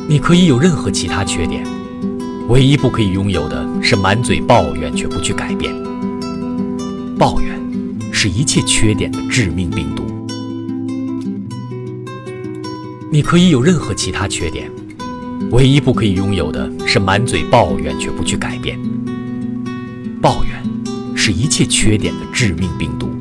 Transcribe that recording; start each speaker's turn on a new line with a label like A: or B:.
A: 你可以有任何其他缺点，唯一不可以拥有的是满嘴抱怨却不去改变。抱怨是一切缺点的致命病毒。你可以有任何其他缺点，唯一不可以拥有的是满嘴抱怨却不去改变。抱怨是一切缺点的致命病毒。